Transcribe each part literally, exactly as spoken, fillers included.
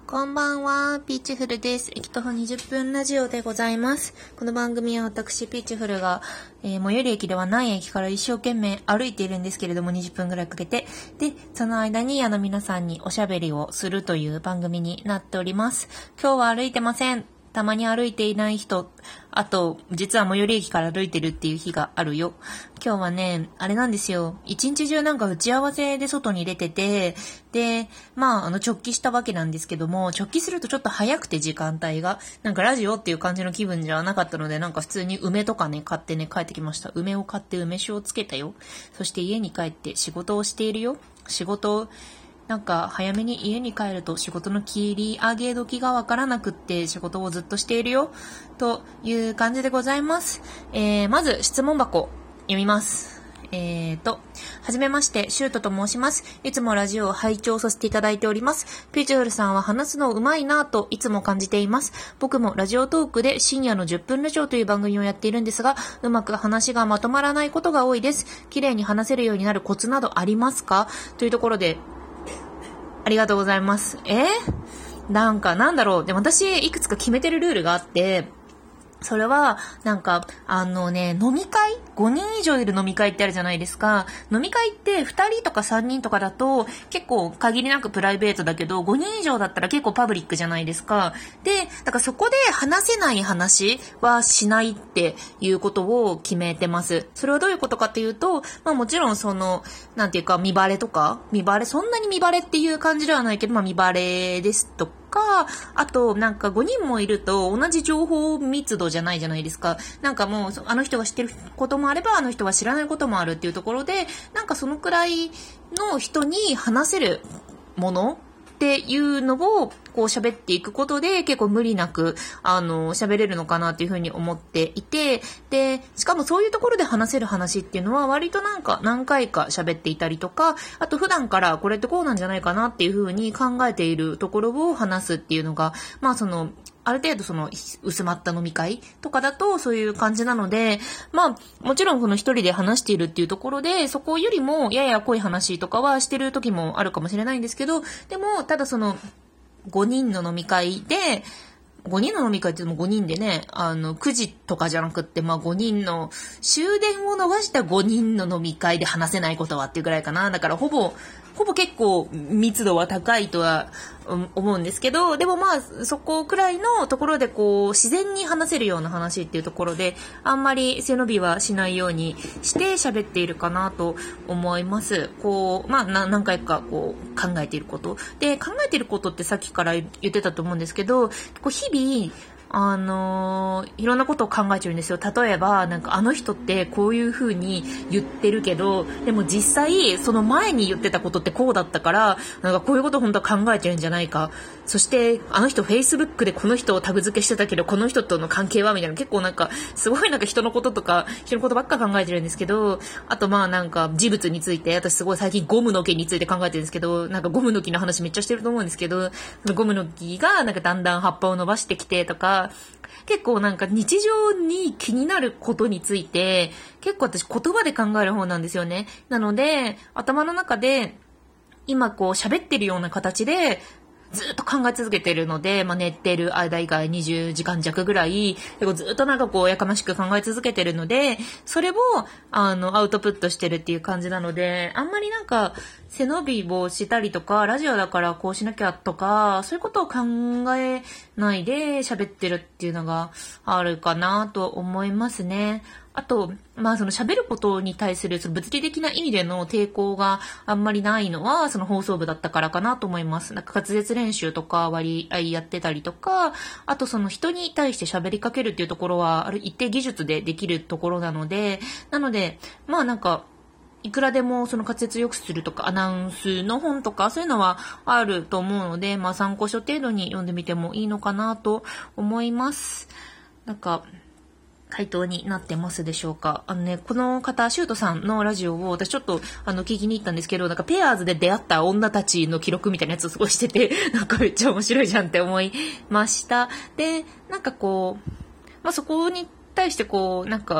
こんばんは、ピーチフルです。駅徒歩にじゅっぷんラジオでございます。この番組は私、ピーチフルが、えー、最寄り駅ではない駅から一生懸命歩いているんですけれども、にじゅっぷんぐらいかけて、で、その間にあの皆さんにおしゃべりをするという番組になっております。今日は歩いてません。たまに歩いていない人、あと、実は最寄り駅から歩いてるっていう日があるよ。今日はね、あれなんですよ。一日中なんか打ち合わせで外に出てて、で、まあ、あの、直帰したわけなんですけども、直帰するとちょっと早くて時間帯が、なんかラジオっていう感じの気分じゃなかったので、なんか普通に梅とかね、買ってね、帰ってきました。梅を買って梅酒をつけたよ。そして家に帰って仕事をしているよ。仕事を、なんか早めに家に帰ると仕事の切り上げ時がわからなくって仕事をずっとしているよという感じでございます。えー、まず質問箱読みます。えーと、はじめまして、シュートと申します。いつもラジオを拝聴させていただいております。ピーチフルさんは話すのうまいなぁといつも感じています。僕もラジオトークで深夜のじゅっぷんラジオという番組をやっているんですが、うまく話がまとまらないことが多いです。綺麗に話せるようになるコツなどありますか？というところで、ありがとうございます。えー、なんかなんだろう。でも私いくつか決めてるルールがあって、それは、なんか、あのね、飲み会 ?ご 人以上いる飲み会ってあるじゃないですか。飲み会ってふたりとかさんにんとかだと結構限りなくプライベートだけど、ごにん以上だったら結構パブリックじゃないですか。で、だからそこで話せない話はしないっていうことを決めてます。それはどういうことかっていうと、まあもちろんその、なんていうか見バレとか、見バレ、そんなに見バレっていう感じではないけど、まあ見バレですとか、か、あと、なんかごにんもいると同じ情報密度じゃないじゃないですか。なんかもう、あの人が知ってることもあれば、あの人が知らないこともあるっていうところで、なんかそのくらいの人に話せるものっていうのをこう喋っていくことで結構無理なくあの喋れるのかなっていうふうに思っていて、でしかもそういうところで話せる話っていうのは割となんか何回か喋っていたりとか、あと普段からこれってこうなんじゃないかなっていうふうに考えているところを話すっていうのが、まあそのある程度その薄まった飲み会とかだとそういう感じなので、まあもちろんこの一人で話しているっていうところでそこよりもやや濃い話とかはしてる時もあるかもしれないんですけど、でもただそのごにんの飲み会でごにんの飲み会って言ってもごにんでね、あのくじとかじゃなくって、まあごにんの終電を逃したごにんの飲み会で話せないことはっていうぐらいかな。だからほぼほぼ結構密度は高いとは思うんですけど、でもまあそこくらいのところでこう自然に話せるような話っていうところであんまり背伸びはしないようにして喋っているかなと思います。こうまあ何回かこう考えていることで、考えていることってさっきから言ってたと思うんですけど、こう日々あのー、いろんなことを考えちゃうんですよ。例えば、なんかあの人ってこういう風に言ってるけど、でも実際その前に言ってたことってこうだったから、なんかこういうことを本当は考えちゃうんじゃないか。そしてあの人 Facebook でこの人をタグ付けしてたけど、この人との関係はみたいな、結構なんかすごいなんか人のこととか人のことばっか考えてるんですけど、あとまあなんか事物について、私すごい最近ゴムの木について考えてるんですけど、なんかゴムの木の話めっちゃしてると思うんですけど、そのゴムの木がなんかだんだん葉っぱを伸ばしてきてとか、結構なんか日常に気になることについて結構私言葉で考える方なんですよね。なので頭の中で今こう喋ってるような形でずっと考え続けてるので、まあ、寝てる間以外にじゅうじかん弱ぐらいずっとなんかこうやかましく考え続けてるので、それをあのアウトプットしてるっていう感じなので、あんまりなんか背伸びをしたりとか、ラジオだからこうしなきゃとか、そういうことを考えないで喋ってるっていうのがあるかなと思いますね。あと、まあその喋ることに対するその物理的な意味での抵抗があんまりないのはその放送部だったからかなと思います。なんか滑舌練習とか割合やってたりとか、あとその人に対して喋りかけるっていうところはある一定技術でできるところなので、なので、まあなんか、いくらでもその滑舌良くするとかアナウンスの本とかそういうのはあると思うので、まあ参考書程度に読んでみてもいいのかなと思います。なんか回答になってますでしょうか。あのね、この方、シュートさんのラジオを私ちょっとあの聞きに行ったんですけど、なんかペアーズで出会った女たちの記録みたいなやつをすごいしてて、なんかめっちゃ面白いじゃんって思いました。で、なんかこう、まあそこに対してこう、なんか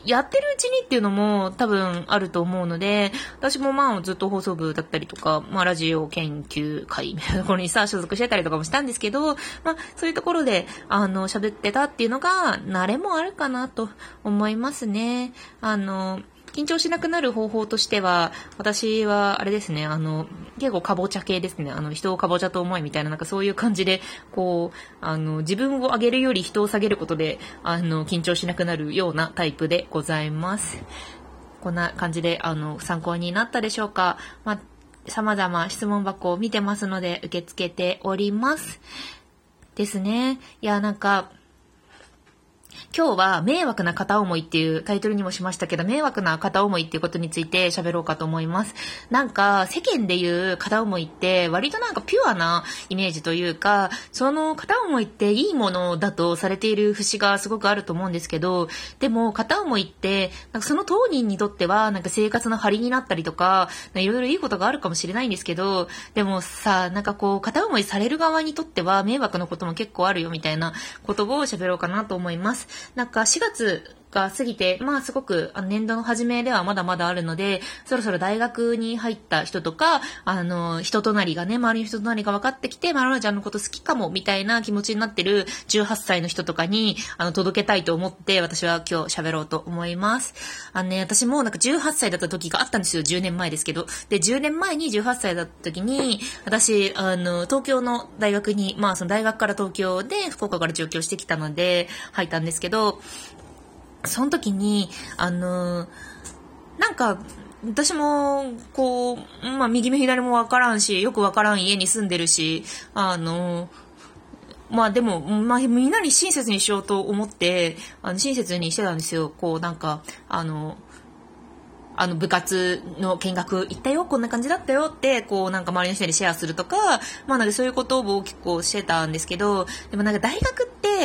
やってるうちにっていうのも多分あると思うので、私もまあずっと放送部だったりとか、まあラジオ研究会みたいなところにさ、所属してたりとかもしたんですけど、まあそういうところで、あの、喋ってたっていうのが、慣れもあるかなと思いますね。あの、緊張しなくなる方法としては、私はあれですね、あの、結構かぼちゃ系ですね。あの、人をかぼちゃと思いみたいな、なんかそういう感じで、こう、あの、自分を上げるより人を下げることで、あの、緊張しなくなるようなタイプでございます。こんな感じで、あの、参考になったでしょうか。まあ、様々質問箱を見てますので、受け付けております。ですね。いや、なんか、今日は迷惑な片思いっていうタイトルにもしましたけど、迷惑な片思いっていうことについて喋ろうかと思います。なんか世間で言う片思いって割となんかピュアなイメージというか、その片思いっていいものだとされている節がすごくあると思うんですけど、でも片思いってなんかその当人にとってはなんか生活の張りになったりとか、いろいろいいことがあるかもしれないんですけど、でもさ、なんかこう片思いされる側にとっては迷惑なことも結構あるよみたいなことを喋ろうかなと思います。なんかしがつが過ぎて、まあすごく年度の初めではまだまだあるので、そろそろ大学に入った人とか、あの、人となりがね、周りの人となりが分かってきて、まるなちゃんのこと好きかも、みたいな気持ちになってるじゅうはっさいの人とかに、あの、届けたいと思って、私は今日喋ろうと思います。あのね、私もなんかじゅうはっさいだった時があったんですよ、じゅうねんまえですけど。で、じゅうねんまえにじゅうはっさいだった時に、私、あの、東京の大学に、まあその大学から東京で、福岡から上京してきたので、入ったんですけど、その時に、あのー、なんか、私も、こう、まあ、右も左もわからんし、よくわからん家に住んでるし、あのー、まあでも、まあみんなに親切にしようと思って、あの、親切にしてたんですよ。こう、なんか、あの、あの部活の見学行ったよ、こんな感じだったよって、こうなんか周りの人にシェアするとか、まあなんかそういうことを結構してたんですけど、でもなんか大学って、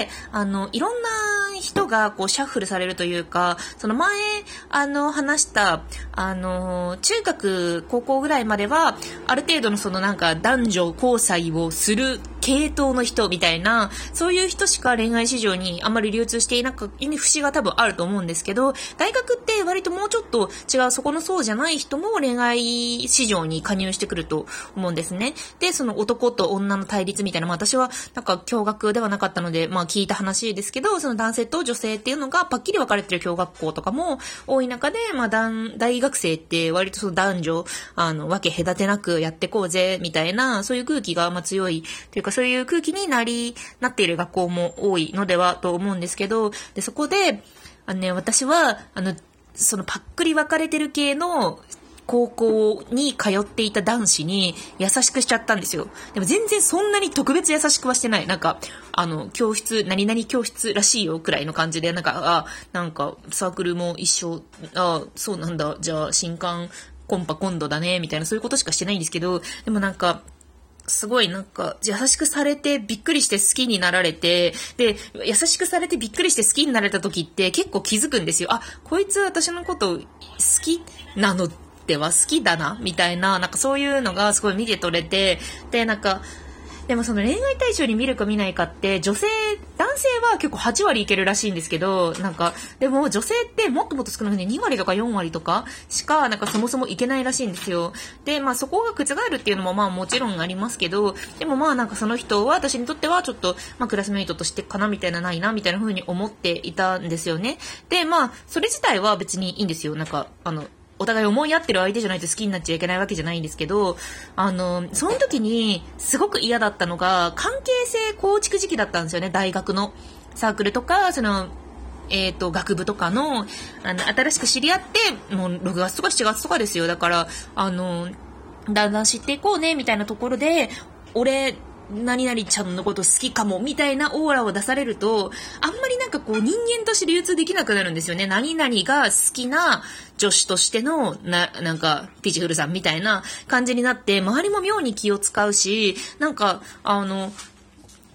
あの、いろんな人がこうシャッフルされるというか、その前、あの、話した、あの、中学、高校ぐらいまでは、ある程度のそのなんか男女交際をする系統の人みたいな、そういう人しか恋愛市場にあんまり流通していなく、節が多分あると思うんですけど、大学って割ともうちょっと違う、そこのそうじゃない人も恋愛市場に加入してくると思うんですね。で、その男と女の対立みたいな、まあ私はなんか共学ではなかったので、まあ聞いた話ですけど、その男性と女性っていうのがパッキリ分かれてる共学校とかも多い中で、まあ大, 大学生って割とその男女、あの、分け隔てなくやってこうぜ、みたいな、そういう空気がまあ強いというか、そういう空気になり、なっている学校も多いのではと思うんですけど、で、そこで、あのね、私は、あの、そのパックリ分かれてる系の高校に通っていた男子に優しくしちゃったんですよ。でも全然そんなに特別優しくはしてない。なんか、あの、教室、何々教室らしいよくらいの感じで、なんか、あ、なんかサークルも一緒、あ、そうなんだ、じゃあ新刊コンパ今度だね、みたいなそういうことしかしてないんですけど、でもなんか、すごいなんか優しくされてびっくりして好きになられて、で、優しくされてびっくりして好きになれた時って結構気づくんですよ。あ、こいつ私のこと好きなのっては好きだなみたいな、なんかそういうのがすごい見て取れて、で、なんかでもその恋愛対象に見るか見ないかって女性、男性は結構はちわりいけるらしいんですけど、なんかでも女性ってもっともっと少なくてにわりとかよんわりとかしかなんかそもそもいけないらしいんですよ。で、まあそこが覆るっていうのもまあもちろんありますけど、でもまあなんかその人は私にとってはちょっとまあクラスメイトとしてかなみたいなないなみたいな風に思っていたんですよね。で、まあそれ自体は別にいいんですよ。なんかあのお互い思い合ってる相手じゃないと好きになっちゃいけないわけじゃないんですけど、あの、その時にすごく嫌だったのが、関係性構築時期だったんですよね、大学の。サークルとか、その、えっと、学部とかの、あの、新しく知り合って、もうろくがつとかしちがつとかですよ。だから、あの、だんだん知っていこうね、みたいなところで、俺、何々ちゃんのこと好きかもみたいなオーラを出されると、あんまりなんかこう人間として流通できなくなるんですよね。何々が好きな女子としてのな、なんかピーチフルさんみたいな感じになって、周りも妙に気を使うし、なんかあの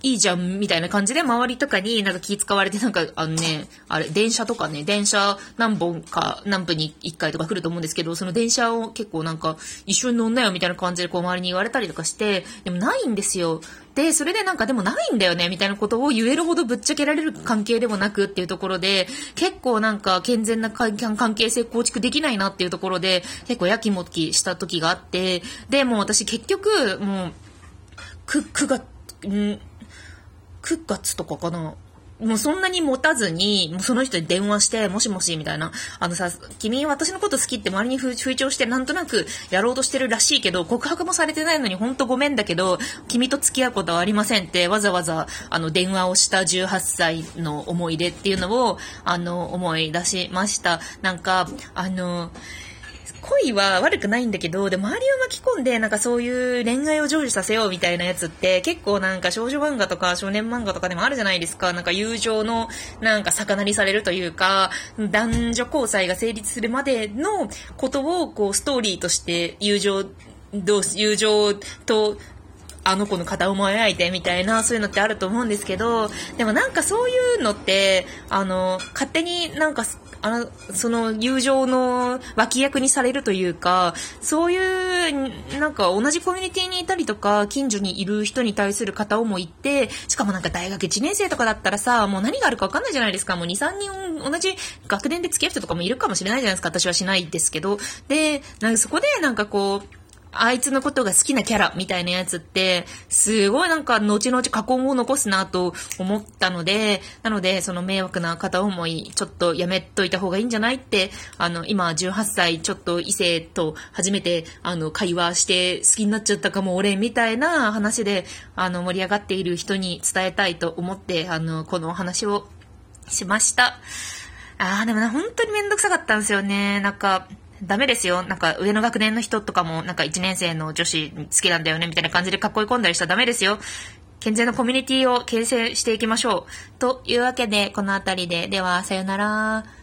いいじゃんみたいな感じで周りとかになんか気使われて、なんかあのね、あれ、電車とかね、電車何本か、何分にいっかいとか来ると思うんですけど、その電車を結構なんか一緒に乗んなよみたいな感じでこう周りに言われたりとかして、でもないんですよ。で、それでなんかでもないんだよねみたいなことを言えるほどぶっちゃけられる関係でもなくっていうところで、結構なんか健全な関係性構築できないなっていうところで、結構やきもきした時があって、で、もう私結局、もう、く、くが、んくがつとかかな。もうそんなに持たずに、もうその人に電話して、もしもしみたいな。あのさ、君私のこと好きって周りに吹聴してなんとなくやろうとしてるらしいけど、告白もされてないのにほんとごめんだけど、君と付き合うことはありませんってわざわざあの電話をしたじゅうはっさいの思い出っていうのをあの思い出しました。なんか、あの、恋は悪くないんだけど、で、周りを巻き込んで、なんかそういう恋愛を成就させようみたいなやつって、結構なんか少女漫画とか少年漫画とかでもあるじゃないですか。なんか友情の、なんか魚にされるというか、男女交際が成立するまでのことを、こう、ストーリーとして友情、友情と、あの子の片思い相手みたいな、そういうのってあると思うんですけど、でもなんかそういうのって、あの、勝手になんか、あの、その友情の脇役にされるというか、そういう、なんか同じコミュニティにいたりとか、近所にいる人に対する片思いって、しかもなんか大学いちねん生とかだったらさ、もう何があるか分かんないじゃないですか。もうに、さんにん同じ学年で付き合う人とかもいるかもしれないじゃないですか。私はしないですけど。で、なんかそこでなんかこう、あいつのことが好きなキャラみたいなやつって、すごいなんか後々過去を残すなと思ったので、なのでその迷惑な片思いちょっとやめといた方がいいんじゃないって、あの今じゅうはっさいちょっと異性と初めてあの会話して好きになっちゃったかも俺みたいな話であの盛り上がっている人に伝えたいと思ってあのこのお話をしました。あーでもな本当にめんどくさかったんですよね。なんかダメですよ。なんか上の学年の人とかもなんかいちねん生の女子好きなんだよねみたいな感じで囲い込んだりしたらダメですよ。健全なコミュニティを形成していきましょう。というわけでこのあたりで、ではさよなら。